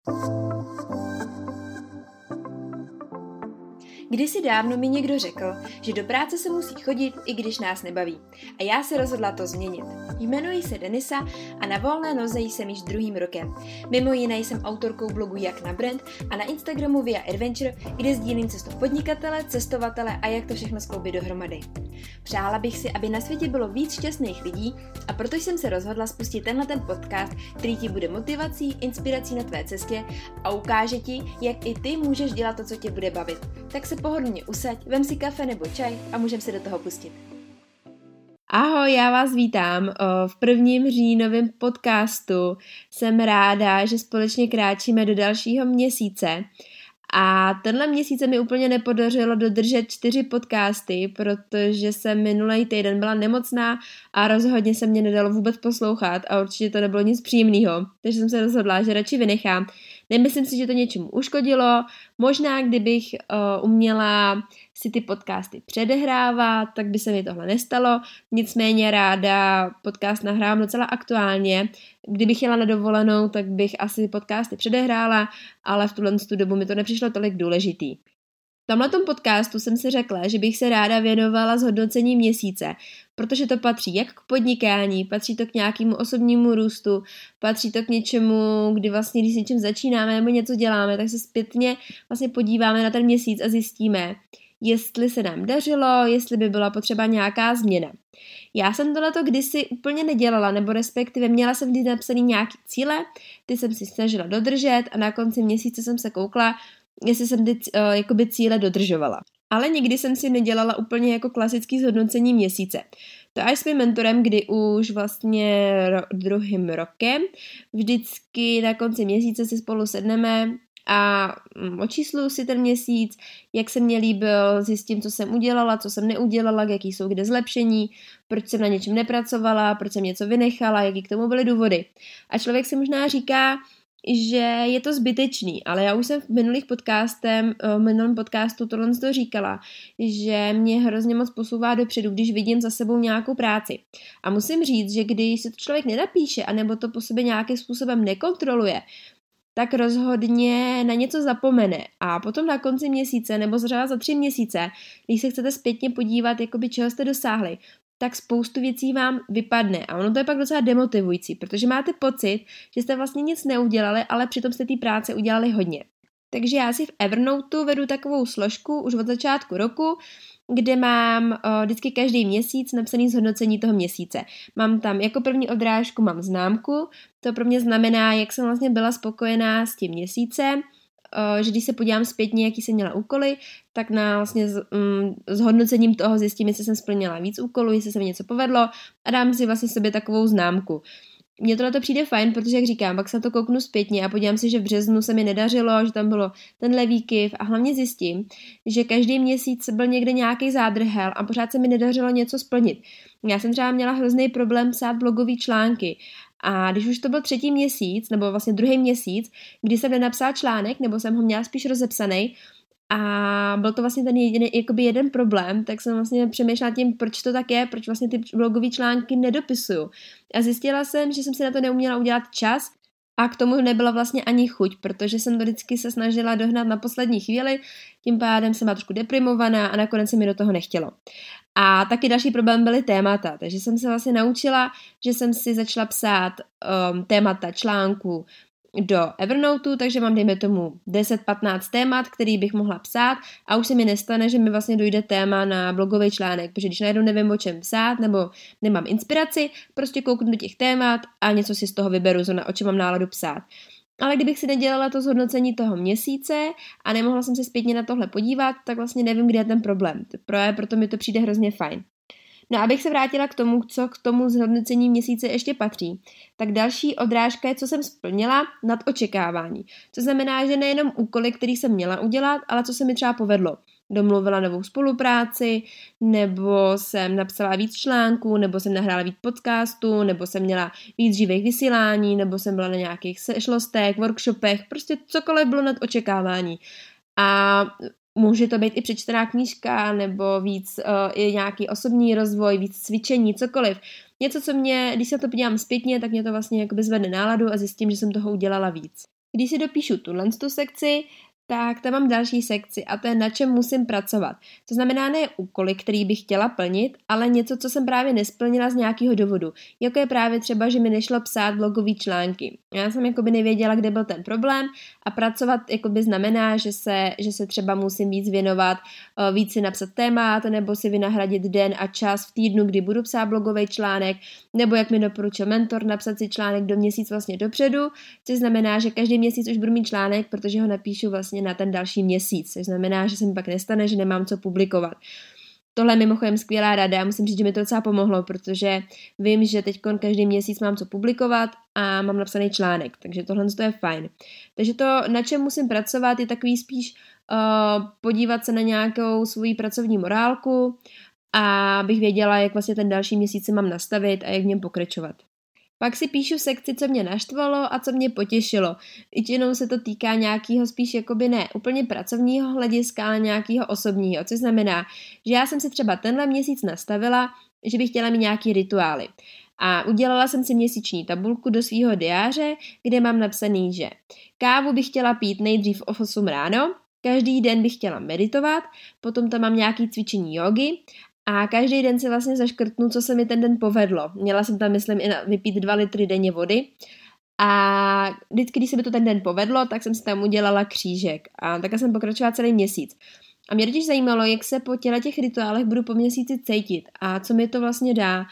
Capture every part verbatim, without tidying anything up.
Kdysi dávno mi někdo řekl, že do práce se musí chodit, i když nás nebaví. A já se rozhodla to změnit. Jmenuji se Denisa a na volné noze jsem již druhým rokem. Mimo jiné jsem autorkou blogu Jak na brand a na Instagramu Via Adventure, kde sdílím cestu podnikatele, cestovatele a jak to všechno skloubit dohromady. Přála bych si, aby na světě bylo víc šťastných lidí, a proto jsem se rozhodla spustit tenhle ten podcast, který ti bude motivací, inspirací na tvé cestě a ukáže ti, jak i ty můžeš dělat to, co tě bude bavit. Tak se pohodlně usaď, vem si kafe nebo čaj a můžeme se do toho pustit. Ahoj, já vás vítám v prvním říjnovém podcastu. Jsem ráda, že společně kráčíme do dalšího měsíce. A tenhle měsíc se mi úplně nepodařilo dodržet čtyři podcasty, protože jsem minulý týden byla nemocná a rozhodně se mě nedalo vůbec poslouchat a určitě to nebylo nic příjemného. Takže jsem se rozhodla, že radši vynechám. Nemyslím si, že to něčemu uškodilo. Možná, kdybych uh, uměla si ty podcasty předehrávat, tak by se mi tohle nestalo. Nicméně ráda podcast nahrávám docela aktuálně. Kdybych jela na dovolenou, tak bych asi podcasty předehrála, ale v tuhle dobu mi to nepřišlo tolik důležitý. V tomhletom podcastu jsem si řekla, že bych se ráda věnovala zhodnocení měsíce, protože to patří jak k podnikání, patří to k nějakému osobnímu růstu, patří to k něčemu, kdy vlastně, když s něčím začínáme nebo něco děláme, tak se zpětně vlastně podíváme na ten měsíc a zjistíme, jestli se nám dařilo, jestli by byla potřeba nějaká změna. Já jsem tohleto kdysi úplně nedělala, nebo respektive měla jsem vždy napsaný nějaký cíle, ty jsem si snažila dodržet a na konci měsíce jsem se koukla, jestli jsem ty uh, jakoby cíle dodržovala. Ale nikdy jsem si nedělala úplně jako klasický zhodnocení měsíce. To až s mým mentorem, kdy už vlastně ro- druhým rokem vždycky na konci měsíce si spolu sedneme a očísluju si ten měsíc, jak se mě líbil, zjistím, co jsem udělala, co jsem neudělala, jaký jsou kde zlepšení, proč jsem na něčem nepracovala, proč jsem něco vynechala, jaký k tomu byly důvody. A člověk si možná říká, že je to zbytečný, ale já už jsem v minulých podcastem, v minulém podcastu tohle to říkala, že mě hrozně moc posouvá dopředu, když vidím za sebou nějakou práci. A musím říct, že když se to člověk nenapíše, anebo to po sobě nějakým způsobem nekontroluje, tak rozhodně na něco zapomene a potom na konci měsíce nebo zřejmě za tři měsíce, když se chcete zpětně podívat, jakoby čeho jste dosáhli, tak spoustu věcí vám vypadne a ono to je pak docela demotivující, protože máte pocit, že jste vlastně nic neudělali, ale přitom jste té práce udělali hodně. Takže já si v Evernoteu vedu takovou složku už od začátku roku, kde mám uh, vždycky každý měsíc napsaný zhodnocení toho měsíce. Mám tam jako první odrážku mám známku, to pro mě znamená, jak jsem vlastně byla spokojená s tím měsícem, uh, že když se podívám zpětně, jaký jsem měla úkoly, tak na vlastně s, um, zhodnocením toho zjistím, jestli jsem splnila víc úkolů, jestli se mi něco povedlo a dám si vlastně sobě takovou známku. Mně tohle to přijde fajn, protože jak říkám, pak se na to kouknu zpětně a podívám si, že v březnu se mi nedařilo, že tam bylo tenhle výkyv a hlavně zjistím, že každý měsíc byl někde nějaký zádrhel a pořád se mi nedařilo něco splnit. Já jsem třeba měla hrozný problém psát blogový články a když už to byl třetí měsíc, nebo vlastně druhý měsíc, kdy jsem nenapsala článek, nebo jsem ho měla spíš rozepsaný, a byl to vlastně ten jediný, jakoby jeden problém, tak jsem vlastně přemýšlela tím, proč to tak je, proč vlastně ty blogové články nedopisuju. A zjistila jsem, že jsem si na to neuměla udělat čas a k tomu nebyla vlastně ani chuť, protože jsem to vždycky se snažila dohnat na poslední chvíli, tím pádem jsem byla trošku deprimovaná a nakonec se mi do toho nechtělo. A taky další problém byly témata, takže jsem se vlastně naučila, že jsem si začala psát um, témata článků do Evernoteu, takže mám dejme tomu deset patnáct témat, který bych mohla psát a už se mi nestane, že mi vlastně dojde téma na blogový článek, protože když najednou nevím, o čem psát nebo nemám inspiraci, prostě kouknu do těch témat a něco si z toho vyberu, o čem mám náladu psát. Ale kdybych si nedělala to zhodnocení toho měsíce a nemohla jsem se zpětně na tohle podívat, tak vlastně nevím, kde je ten problém. Proto mi to přijde hrozně fajn. No a abych se vrátila k tomu, co k tomu zhodnocení měsíce ještě patří, tak další odrážka je, co jsem splnila nad očekávání. To znamená, že nejenom úkoly, který jsem měla udělat, ale co se mi třeba povedlo. Domluvila novou spolupráci, nebo jsem napsala víc článků, nebo jsem nahrála víc podcastů, nebo jsem měla víc živých vysílání, nebo jsem byla na nějakých sešlostech, workshopech, prostě cokoliv bylo nad očekávání. A může to být i přečtená knížka, nebo víc uh, i nějaký osobní rozvoj, víc cvičení, cokoliv. Něco, co mě, když se to podívám zpětně, tak mě to vlastně jakoby zvedne náladu a zjistím, že jsem toho udělala víc. Když si dopíšu tuhle tu sekci, tak tam mám další sekci a to je na čem musím pracovat. To znamená ne úkoly, který bych chtěla plnit, ale něco, co jsem právě nesplnila z nějakého důvodu. Jako je právě třeba, že mi nešlo psát blogový články. Já jsem jakoby nevěděla, kde byl ten problém a pracovat jakoby znamená, že se, že se třeba musím víc věnovat, víc si napsat témat, nebo si vynahradit den a čas v týdnu, kdy budu psát blogový článek, nebo jak mi doporučil mentor, napsat si článek do měsíc vlastně dopředu, což znamená, že každý měsíc už budu mít článek, protože ho napíšu vlastně na ten další měsíc, což znamená, že se mi pak nestane, že nemám co publikovat. Tohle je mimochodem skvělá rada a musím říct, že mi to docela pomohlo, protože vím, že teď každý měsíc mám co publikovat a mám napsaný článek, takže tohle to je fajn. Takže to, na čem musím pracovat, je takový spíš uh, podívat se na nějakou svoji pracovní morálku a abych věděla, jak vlastně ten další měsíc si mám nastavit a jak v něm pokračovat. Pak si píšu sekci, co mě naštvalo a co mě potěšilo. Většinou se to týká nějakého spíš jakoby ne úplně pracovního hlediska, ale nějakého osobního, což znamená, že já jsem si třeba tenhle měsíc nastavila, že bych chtěla mít nějaký rituály. A udělala jsem si měsíční tabulku do svého diáře, kde mám napsaný, že kávu bych chtěla pít nejdřív o osm ráno, každý den bych chtěla meditovat, potom tam mám nějaké cvičení jógy a každý den si vlastně zaškrtnu, co se mi ten den povedlo. Měla jsem tam, myslím, i na vypít dva litry denně vody a vždycky, když se mi to ten den povedlo, tak jsem si tam udělala křížek a takhle jsem pokračovala celý měsíc. A mě totiž zajímalo, jak se po těle těch rituálech budu po měsíci cítit a co mi to vlastně dá.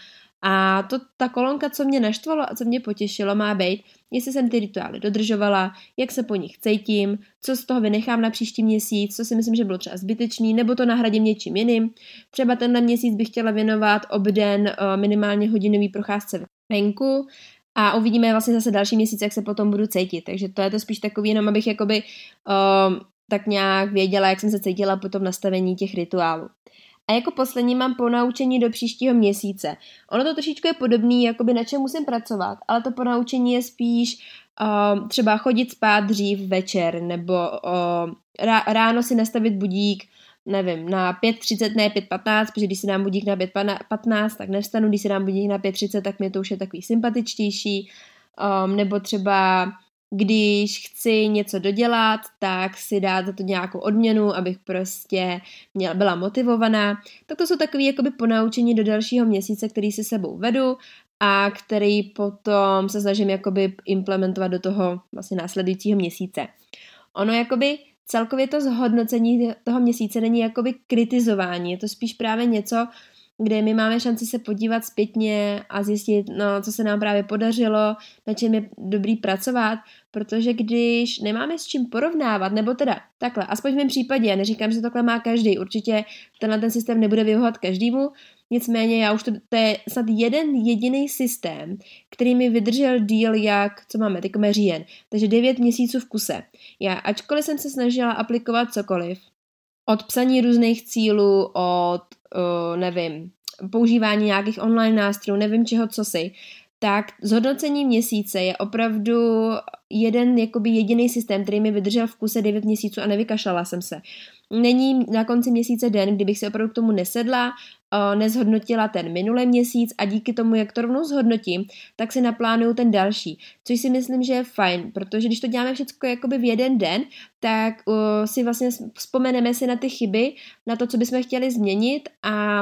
A to, ta kolonka, co mě naštvalo a co mě potěšilo, má být, jestli jsem ty rituály dodržovala, jak se po nich cítím, co z toho vynechám na příští měsíc, co si myslím, že bylo třeba zbytečný, nebo to nahradím něčím jiným. Třeba tenhle měsíc bych chtěla věnovat obden minimálně hodinový procházce venku a uvidíme vlastně zase další měsíc, jak se potom budu cítit. Takže to je to spíš takový, jenom abych jakoby um, tak nějak věděla, jak jsem se cítila po tom nastavení těch rituálů. A jako poslední mám ponaučení do příštího měsíce. Ono to trošičku je podobný, jakoby na čem musím pracovat, ale to ponaučení je spíš uh, třeba chodit spát dřív večer, nebo uh, ráno si nastavit budík, nevím, na pět třicet, ne pět patnáct, protože když si dám budík na pět patnáct, tak nevstanu, když si dám budík na pět třicet, tak mě to už je takový sympatičtější, um, nebo třeba když chci něco dodělat, tak si dát za to nějakou odměnu, abych prostě měla, byla motivovaná. Tak to jsou takové jakoby ponaučení do dalšího měsíce, který si sebou vedu a který potom se snažím jakoby implementovat do toho vlastně následujícího měsíce. Ono jakoby celkově to zhodnocení toho měsíce není jakoby kritizování, je to spíš právě něco, kde my máme šanci se podívat zpětně a zjistit, no, co se nám právě podařilo, na čem je dobrý pracovat, protože když nemáme s čím porovnávat, nebo teda takhle, aspoň v mém případě, já neříkám, že takhle má každý, určitě tenhle ten systém nebude vyhovovat každému, nicméně já už to, to je snad jeden jediný systém, který mi vydržel díl jak, co máme, teď máme říjen, takže devět měsíců v kuse. Já, ačkoliv jsem se snažila aplikovat cokoliv, od psaní různých cílů, od, uh, nevím, používání nějakých online nástrojů, nevím čeho, co si, tak zhodnocení měsíce je opravdu jeden jakoby jediný systém, který mi vydržel v kuse devět měsíců a nevykašlala jsem se. Není na konci měsíce den, kdybych se opravdu k tomu nesedla, nezhodnotila ten minulý měsíc a díky tomu, jak to rovnou zhodnotím, tak si naplánuju ten další. Což si myslím, že je fajn, protože když to děláme všechno jakoby v jeden den, tak uh, si vlastně vzpomeneme si na ty chyby, na to, co bychom chtěli změnit a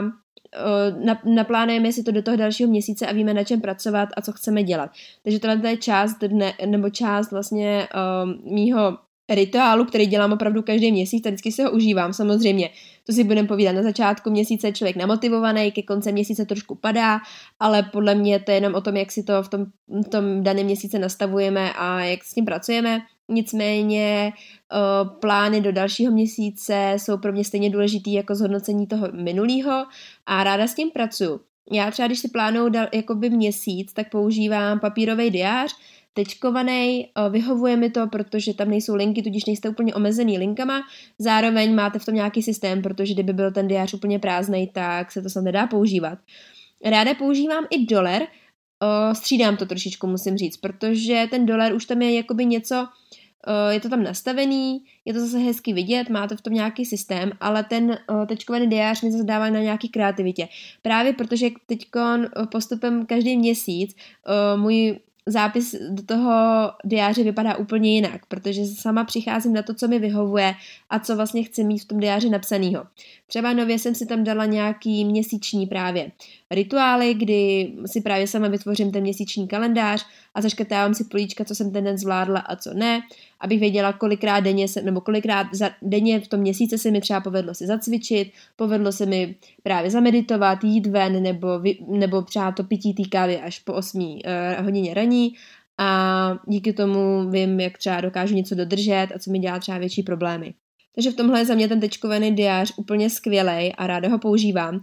uh, naplánujeme si to do toho dalšího měsíce a víme, na čem pracovat a co chceme dělat. Takže tohle je část dne, nebo část vlastně uh, mýho rituálu, který dělám opravdu každý měsíc a vždycky si ho užívám, samozřejmě. To si budeme povídat na začátku měsíce, člověk namotivovaný, ke konci měsíce trošku padá, ale podle mě to je jenom o tom, jak si to v tom, v tom daném měsíce nastavujeme a jak s tím pracujeme. Nicméně uh, plány do dalšího měsíce jsou pro mě stejně důležitý jako zhodnocení toho minulého a ráda s tím pracuju. Já třeba, když si plánuju dal, jakoby měsíc, tak používám papírový diář, tečkovaný, vyhovuje mi to, protože tam nejsou linky, tudíž nejste úplně omezený linkama, zároveň máte v tom nějaký systém, protože kdyby byl ten diář úplně prázdnej, tak se to snad nedá používat. Ráda používám i dolar, střídám to trošičku, musím říct, protože ten dolar už tam je jakoby něco, je to tam nastavený, je to zase hezky vidět, máte v tom nějaký systém, ale ten tečkovaný diář mi zase dává na nějaký kreativitě. Právě protože teďkon postupem každý měsíc můj zápis do toho diáře vypadá úplně jinak, protože sama přicházím na to, co mi vyhovuje a co vlastně chci mít v tom diáři napsanýho. Třeba nově jsem si tam dala nějaký měsíční právě rituály, kdy si právě sama vytvořím ten měsíční kalendář a zaškrtávám si políčka, co jsem ten den zvládla a co ne, abych věděla, kolikrát denně se, nebo kolikrát za, denně v tom měsíce se mi třeba povedlo si zacvičit, povedlo se mi právě zameditovat, jít ven, nebo, vy, nebo třeba to pití té kávy až po osmé uh, hodině raní a díky tomu vím, jak třeba dokážu něco dodržet a co mi dělá třeba větší problémy. Takže v tomhle je za mě ten tečkovaný diář úplně skvělej a ráda ho používám.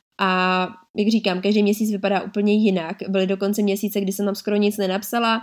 A jak říkám, každý měsíc vypadá úplně jinak. Byly dokonce měsíce, kdy jsem tam skoro nic nenapsala,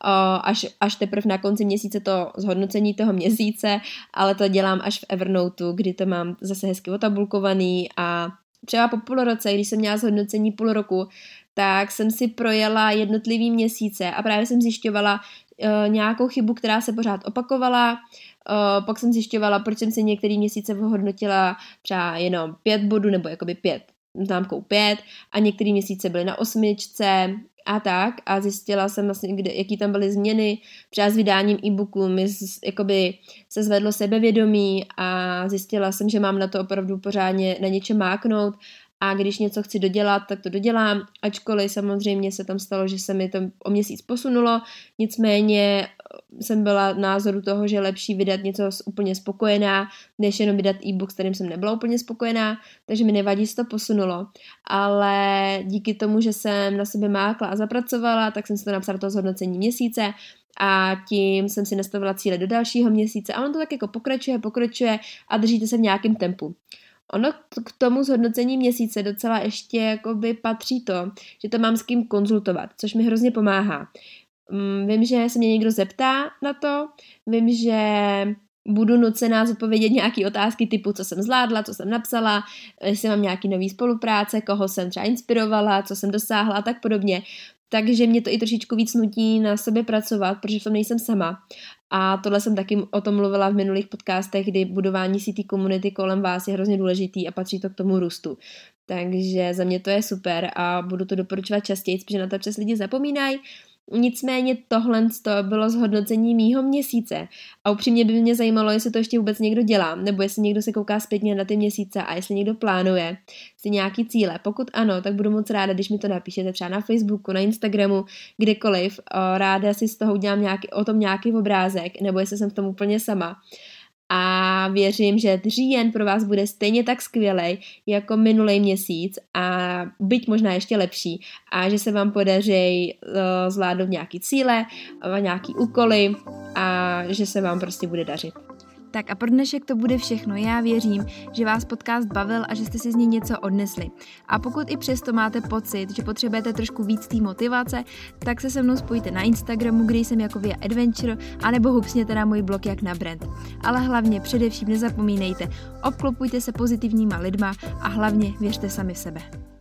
až, až teprve na konci měsíce to zhodnocení toho měsíce, ale to dělám až v Evernoteu, kdy to mám zase hezky otabulkovaný a třeba po půl roce, když jsem měla zhodnocení půl roku, tak jsem si projela jednotlivý měsíce a právě jsem zjišťovala uh, nějakou chybu, která se pořád opakovala. Uh, pak jsem zjišťovala, proč jsem si některý měsíce vyhodnotila třeba jenom pět bodů nebo jakoby pět, známkou pět a některý měsíce byly na osmičce a tak a zjistila jsem vlastně, kde, jaký tam byly změny. Třeba s vydáním e-booku mi z, jakoby se zvedlo sebevědomí a zjistila jsem, že mám na to opravdu pořádně na něčem máknout a když něco chci dodělat, tak to dodělám, ačkoliv samozřejmě se tam stalo, že se mi to o měsíc posunulo, nicméně jsem byla názoru toho, že je lepší vydat něco úplně spokojená, než jenom vydat e-book, s kterým jsem nebyla úplně spokojená, takže mi nevadí, že to posunulo, ale díky tomu, že jsem na sebe mákla a zapracovala, tak jsem si to napsala to zhodnocení měsíce a tím jsem si nastavila cíle do dalšího měsíce a ono to tak jako pokračuje, pokračuje a držíte se v nějakém tempu. Ono k tomu zhodnocení měsíce docela ještě jakoby patří to, že to mám s kým konzultovat, což mi hrozně pomáhá. Vím, že se mě někdo zeptá na to, vím, že budu nucená zodpovědět nějaké otázky typu, co jsem zvládla, co jsem napsala, jestli mám nějaký nový spolupráce, koho jsem třeba inspirovala, co jsem dosáhla a tak podobně. Takže mě to i trošičku víc nutí na sobě pracovat, protože v tom nejsem sama. A tohle jsem taky o tom mluvila v minulých podcastech, kdy budování sítí komunity kolem vás je hrozně důležitý a patří to k tomu růstu. Takže za mě to je super a budu to doporučovat častěji, protože na to občas lidi zapomínají. Nicméně tohle to bylo zhodnocení mýho měsíce a upřímně by mě zajímalo, jestli to ještě vůbec někdo dělá, nebo jestli někdo se kouká zpětně na ty měsíce a jestli někdo plánuje si nějaký cíle. Pokud ano, tak budu moc ráda, když mi to napíšete třeba na Facebooku, na Instagramu, kdekoliv. Ráda si z toho udělám nějaký, o tom nějaký obrázek, nebo jestli jsem v tom úplně sama. A věřím, že říjen pro vás bude stejně tak skvělej jako minulý měsíc a byť možná ještě lepší a že se vám podaří uh, zvládnout nějaký cíle, uh, nějaký úkoly a že se vám prostě bude dařit. Tak a pro dnešek to bude všechno. Já věřím, že vás podcast bavil a že jste si z něj něco odnesli. A pokud i přesto máte pocit, že potřebujete trošku víc té motivace, tak se se mnou spojíte na Instagramu, kde jsem jako Via Adventure, anebo hupsněte na můj blog Jak na brand. Ale hlavně především nezapomínejte, obklopujte se pozitivníma lidma a hlavně věřte sami v sebe.